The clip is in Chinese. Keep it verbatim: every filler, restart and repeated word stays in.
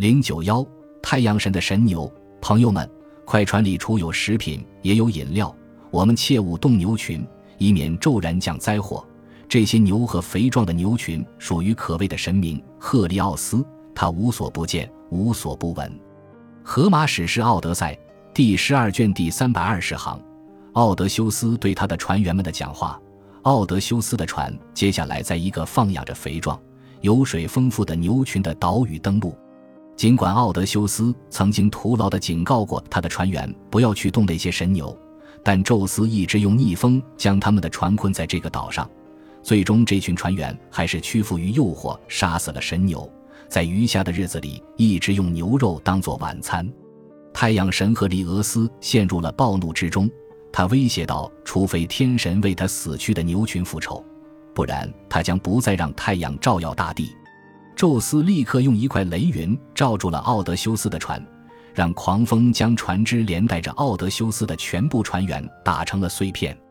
零九一太阳神的神牛。朋友们，快船里除有食品也有饮料，我们切勿动牛群，以免骤然降灾祸。这些牛和肥壮的牛群属于可畏的神明赫利奥斯，他无所不见，无所不闻。荷马史诗《奥德赛》第十二卷第三百二十行，奥德修斯对他的船员们的讲话。奥德修斯的船接下来在一个放养着肥壮、油水丰富的牛群的岛屿登陆。尽管奥德修斯曾经徒劳地警告过他的船员不要去动那些神牛，但宙斯一直用逆风将他们的船困在这个岛上。最终这群船员还是屈服于诱惑，杀死了神牛，在余下的日子里一直用牛肉当作晚餐。太阳神赫利俄斯陷入了暴怒之中，他威胁道，除非天神为他死去的牛群复仇，不然他将不再让太阳照耀大地。宙斯立刻用一块雷云罩住了奥德修斯的船，让狂风将船只连带着奥德修斯的全部船员打成了碎片。